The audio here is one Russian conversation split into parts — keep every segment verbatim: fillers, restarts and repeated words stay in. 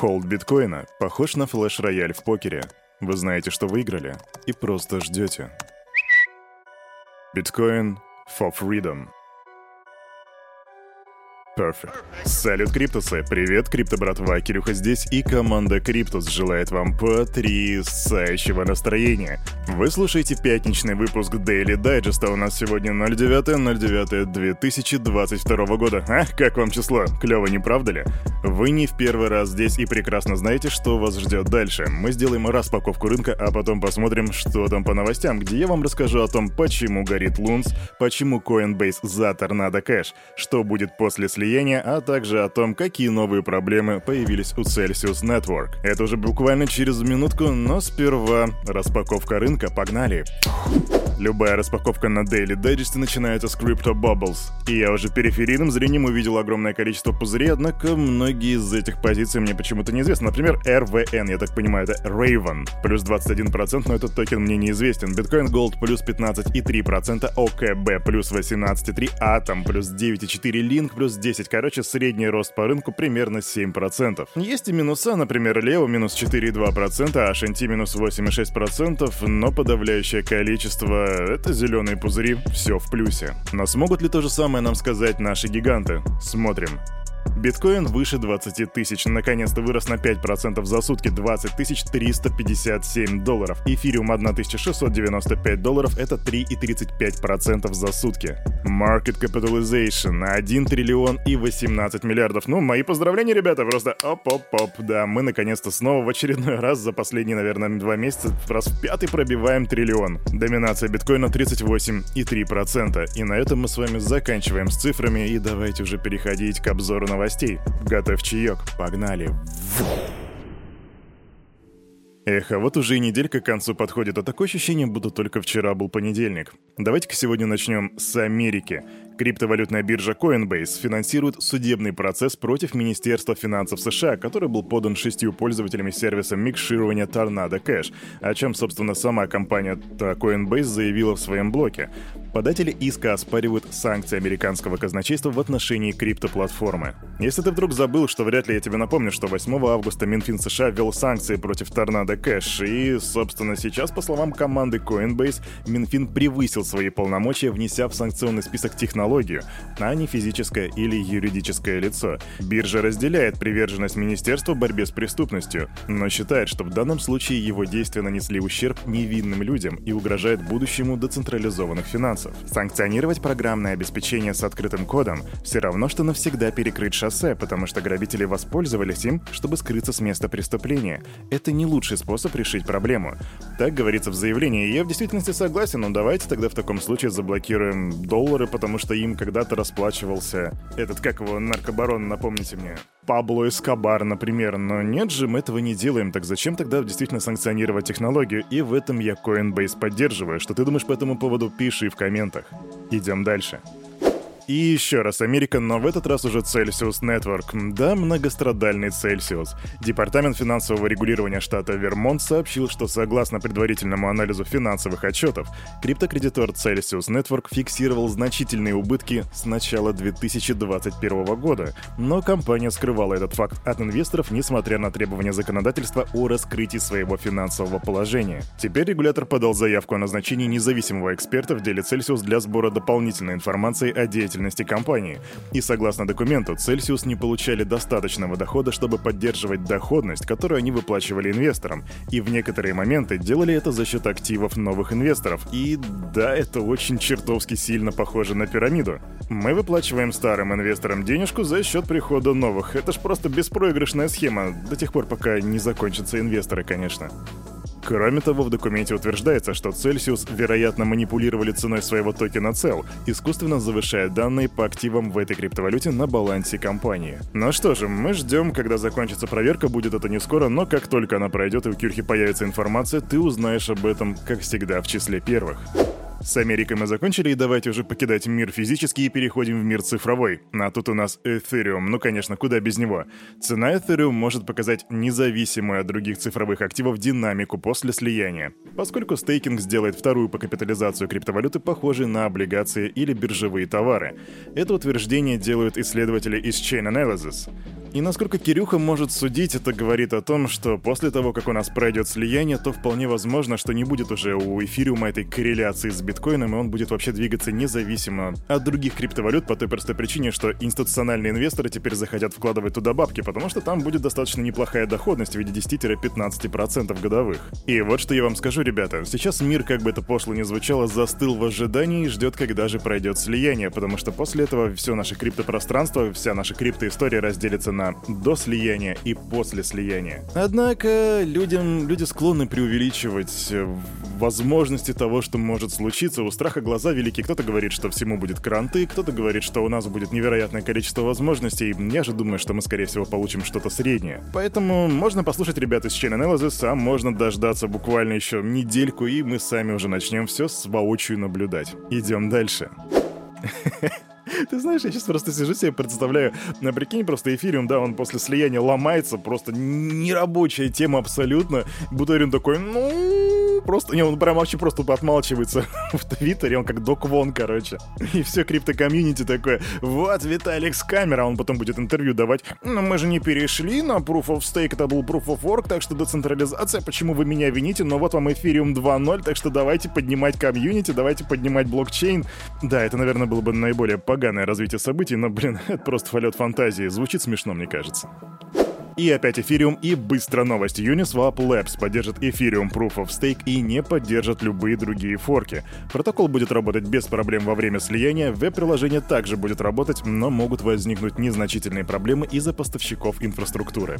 Холд биткоина похож на флеш-рояль в покере. Вы знаете, что выиграли, и просто ждете. Bitcoin for freedom. Perfect. Салют, Криптусы! Привет, крипто-братва! Кирюха здесь, и команда Криптус желает вам потрясающего настроения. Вы слушаете пятничный выпуск Daily Digest, а у нас сегодня ноль девятое ноль девятое две тысячи двадцать второго года. А, как вам число? Клево, не правда ли? Вы не в первый раз здесь и прекрасно знаете, что вас ждет дальше. Мы сделаем распаковку рынка, а потом посмотрим, что там по новостям, где я вам расскажу о том, почему горит Лунс, почему Coinbase за Tornado Cash, что будет после слияния, а также о том, какие новые проблемы появились у Celsius Network. Это уже буквально через минутку, но сперва распаковка рынка, погнали! Любая распаковка на Daily Digest начинается с Crypto Bubbles. И я уже периферийным зрением увидел огромное количество пузырей, однако многие из этих позиций мне почему-то неизвестны. Например, эр ви эн, я так понимаю, это Raven, плюс двадцать один процент, но этот токен мне неизвестен. Bitcoin Gold плюс пятнадцать целых три десятых процента, о ка би плюс восемнадцать целых три десятых процента, Atom плюс девять целых четыре десятых процента, Link плюс десять. Короче, средний рост по рынку примерно семь процентов. Есть и минуса, например, Leo минус четыре целых два десятых процента, эйч эн ти минус восемь целых шесть десятых процента, но подавляющее количество — это зеленые пузыри, все в плюсе. Но смогут ли то же самое нам сказать наши гиганты? Смотрим. Биткоин выше двадцати тысяч, наконец-то вырос на пять процентов за сутки, двадцать тысяч триста пятьдесят семь долларов. Эфириум тысяча шестьсот девяносто пять долларов, это три целых тридцать пять сотых процента за сутки. Market Capitalization один триллион и восемнадцать миллиардов. Ну, мои поздравления, ребята, просто оп-оп-оп. Да, мы наконец-то снова в очередной раз за последние, наверное, два месяца раз в пятый пробиваем триллион. Доминация биткоина тридцать восемь целых три десятых процента. И на этом мы с вами заканчиваем с цифрами, и давайте уже переходить к обзору новостей. Готовь чаек, погнали. Эх, а вот уже и неделька к концу подходит, а такое ощущение, будто только вчера был понедельник. Давайте-ка сегодня начнем с Америки. Криптовалютная биржа Coinbase финансирует судебный процесс против Министерства финансов США, который был подан шестью пользователями сервиса микширования Tornado Cash, о чем, собственно, сама компания Coinbase заявила в своем блоке. Податели иска оспаривают санкции американского казначейства в отношении криптоплатформы. Если ты вдруг забыл, что вряд ли я тебе напомню, что восьмого августа Минфин США ввел санкции против Tornado Cash, и, собственно, сейчас, по словам команды Coinbase, Минфин превысил свои полномочия, внеся в санкционный список технологию, а не физическое или юридическое лицо. Биржа разделяет приверженность министерству борьбе с преступностью, но считает, что в данном случае его действия нанесли ущерб невинным людям и угрожает будущему децентрализованных финансов. Санкционировать программное обеспечение с открытым кодом все равно, что навсегда перекрыть шоссе, потому что грабители воспользовались им, чтобы скрыться с места преступления. Это не лучший способ решить проблему. Так говорится в заявлении, и я в действительности согласен, но давайте тогда в таком случае заблокируем доллары, потому что им когда-то расплачивался этот, как его, наркобарон, напомните мне, Пабло Эскобар, например. Но нет же, мы этого не делаем, так зачем тогда действительно санкционировать технологию? И в этом я Coinbase поддерживаю. Что ты думаешь по этому поводу, пиши в комментах. Идем дальше. И еще раз Америка, но в этот раз уже Celsius Network. Да, многострадальный Celsius. Департамент финансового регулирования штата Вермонт сообщил, что согласно предварительному анализу финансовых отчетов, криптокредитор Celsius Network фиксировал значительные убытки с начала две тысячи двадцать первого года. Но компания скрывала этот факт от инвесторов, несмотря на требования законодательства о раскрытии своего финансового положения. Теперь регулятор подал заявку о назначении независимого эксперта в деле Celsius для сбора дополнительной информации о деятельности компании. И согласно документу, Celsius не получали достаточного дохода, чтобы поддерживать доходность, которую они выплачивали инвесторам. И в некоторые моменты делали это за счет активов новых инвесторов. И да, это очень чертовски сильно похоже на пирамиду. Мы выплачиваем старым инвесторам денежку за счет прихода новых. Это ж просто беспроигрышная схема, до тех пор, пока не закончатся инвесторы, конечно. Кроме того, в документе утверждается, что Celsius, вероятно, манипулировали ценой своего токена цэл, искусственно завышая данные по активам в этой криптовалюте на балансе компании. Ну что же, мы ждем, когда закончится проверка, будет это не скоро, но как только она пройдет и у Кирхи появится информация, ты узнаешь об этом, как всегда, в числе первых. С Америкой мы закончили, и давайте уже покидать мир физический и переходим в мир цифровой. А тут у нас Ethereum, ну конечно, куда без него. Цена Ethereum может показать независимую от других цифровых активов динамику после слияния, поскольку стейкинг сделает вторую по капитализацию криптовалюты похожей на облигации или биржевые товары. Это утверждение делают исследователи из Chain Analysis. И насколько Кирюха может судить, это говорит о том, что после того, как у нас пройдет слияние, то вполне возможно, что не будет уже у эфириума этой корреляции с биткоином, и он будет вообще двигаться независимо от других криптовалют по той простой причине, что институциональные инвесторы теперь захотят вкладывать туда бабки, потому что там будет достаточно неплохая доходность в виде десять-пятнадцать процентов годовых. И вот что я вам скажу, ребята. Сейчас мир, как бы это пошло ни звучало, застыл в ожидании и ждет, когда же пройдет слияние, потому что после этого все наше криптопространство, вся наша криптоистория разделится на до слияния и после слияния. Однако людям, люди склонны преувеличивать возможности того, что может случиться. У страха глаза велики. Кто-то говорит, что всему будет кранты, кто-то говорит, что у нас будет невероятное количество возможностей. Я же думаю, что мы, скорее всего, получим что-то среднее. Поэтому можно послушать ребят из Chain Analysis, а можно дождаться буквально еще недельку, и мы сами уже начнем все с воочию наблюдать. Идем дальше. Ты знаешь, я сейчас просто сижу себе, представляю, на прикинь, просто эфириум, да, он после слияния ломается, просто нерабочая тема абсолютно. Бутерин такой, ну, просто, не, он прям вообще просто отмалчивается в Твиттере, он как Док Вон, короче. И все крипто-комьюнити такое, вот, Виталик с камера, он потом будет интервью давать. Но мы же не перешли на Proof of Stake, это был Proof of Work, так что децентрализация, почему вы меня вините? Но вот вам эфириум два ноль, так что давайте поднимать комьюнити, давайте поднимать блокчейн. Да, это, наверное, было бы наиболее поганое развитие событий, но, блин, это просто полет фантазии. Звучит смешно, мне кажется. И опять эфириум, и быстро новость. Uniswap Labs поддержит эфириум Proof of Stake и не поддержит любые другие форки. Протокол будет работать без проблем во время слияния, веб-приложение также будет работать, но могут возникнуть незначительные проблемы из-за поставщиков инфраструктуры.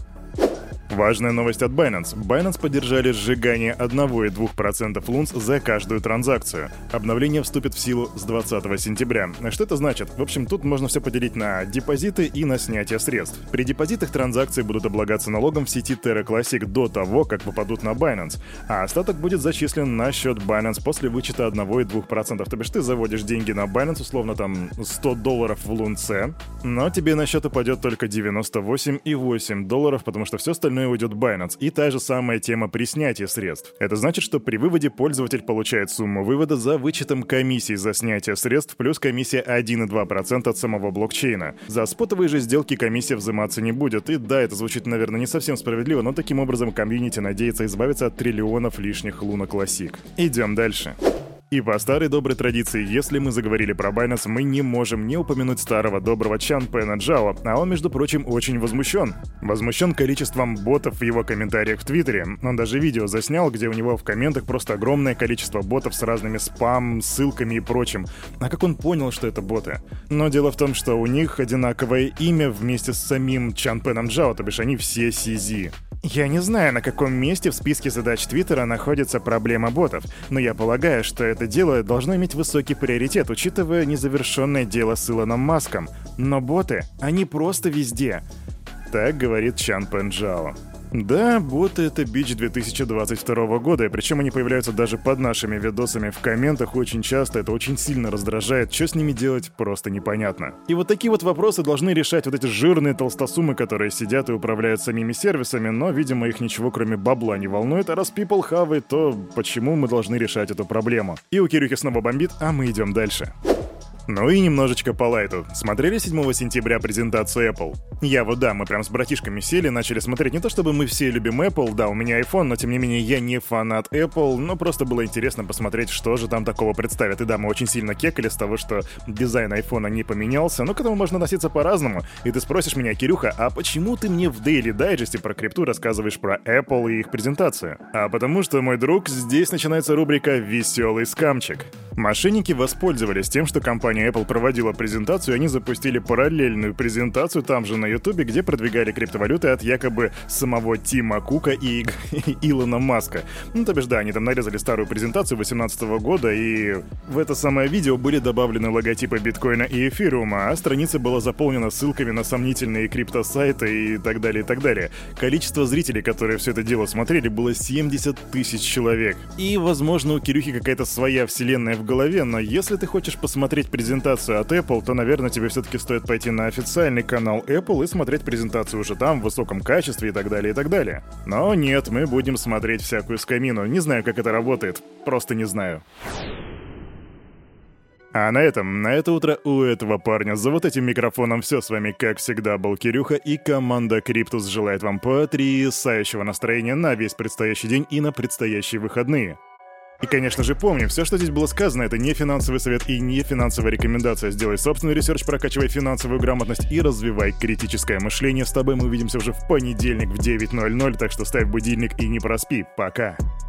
Важная новость от Binance. Binance поддержали сжигание одна целая две десятых процента лунс за каждую транзакцию. Обновление вступит в силу с двадцатого сентября. Что это значит? В общем, тут можно все поделить на депозиты и на снятие средств. При депозитах транзакции будут облагаться налогом в сети Terra Classic до того, как попадут на Binance, а остаток будет зачислен на счет Binance после вычета одна целая две десятых процента. То бишь ты заводишь деньги на Binance, условно там сто долларов в лунце, но тебе на счет упадет только девяносто восемь целых восемь десятых долларов, потому что все остальное уйдет Binance. И та же самая тема при снятии средств. Это значит, что при выводе пользователь получает сумму вывода за вычетом комиссии за снятие средств плюс комиссия один целых два десятых процента от самого блокчейна. За спотовые же сделки комиссия взиматься не будет. И да, это звучит, наверное, не совсем справедливо, но таким образом комьюнити надеется избавиться от триллионов лишних Луна Classic. Идем дальше. И по старой доброй традиции, если мы заговорили про Binance, мы не можем не упомянуть старого доброго Чанпэна Джао, а он, между прочим, очень возмущен. Возмущен количеством ботов в его комментариях в Твиттере. Он даже видео заснял, где у него в комментах просто огромное количество ботов с разными спам, ссылками и прочим. А как он понял, что это боты? Но дело в том, что у них одинаковое имя вместе с самим Чанпэном Джао, то бишь они все си зет. Я не знаю, на каком месте в списке задач Твиттера находится проблема ботов, но я полагаю, что это дело должно иметь высокий приоритет, учитывая незавершенное дело с Илоном Маском. Но боты, они просто везде. Так говорит Чанпэн Джао. Да, боты — это бич две тысячи двадцать второго года, и причем они появляются даже под нашими видосами в комментах очень часто, это очень сильно раздражает, что с ними делать просто непонятно. И вот такие вот вопросы должны решать вот эти жирные толстосумы, которые сидят и управляют самими сервисами, но, видимо, их ничего кроме бабла не волнует, а раз people хавает, то почему мы должны решать эту проблему? И у Кирюхи снова бомбит, а мы идем дальше. Ну и немножечко по лайту. Смотрели седьмого сентября презентацию Apple? Я вот да, мы прям с братишками сели, начали смотреть. Не то чтобы мы все любим Apple, да, у меня iPhone, но тем не менее я не фанат Apple, но просто было интересно посмотреть, что же там такого представят. И да, мы очень сильно кекали с того, что дизайн iPhone не поменялся, но к этому можно относиться по-разному. И ты спросишь меня, Кирюха, а почему ты мне в Daily Digest про крипту рассказываешь про Apple и их презентацию? А потому что, мой друг, здесь начинается рубрика «Веселый скамчик». Мошенники воспользовались тем, что компания Apple проводила презентацию, и они запустили параллельную презентацию там же на Ютубе, где продвигали криптовалюты от якобы самого Тима Кука и, и Илона Маска. Ну, то бишь, да, они там нарезали старую презентацию две тысячи восемнадцатого года, и в это самое видео были добавлены логотипы биткоина и эфириума, а страница была заполнена ссылками на сомнительные криптосайты и так далее, и так далее. Количество зрителей, которые все это дело смотрели, было семьдесят тысяч человек. И, возможно, у Кирюхи какая-то своя вселенная в голове, но если ты хочешь посмотреть презентацию от Apple, то, наверное, тебе все-таки стоит пойти на официальный канал Apple и смотреть презентацию уже там, в высоком качестве и так далее, и так далее. Но нет, мы будем смотреть всякую скамину. Не знаю, как это работает. Просто не знаю. А на этом, на это утро у этого парня за вот этим микрофоном все. С вами, как всегда, был Кирюха, и команда Криптус желает вам потрясающего настроения на весь предстоящий день и на предстоящие выходные. И, конечно же, помни, все, что здесь было сказано, это не финансовый совет и не финансовая рекомендация. Сделай собственный ресерч, прокачивай финансовую грамотность и развивай критическое мышление. С тобой мы увидимся уже в понедельник в девять ноль ноль, так что ставь будильник и не проспи. Пока.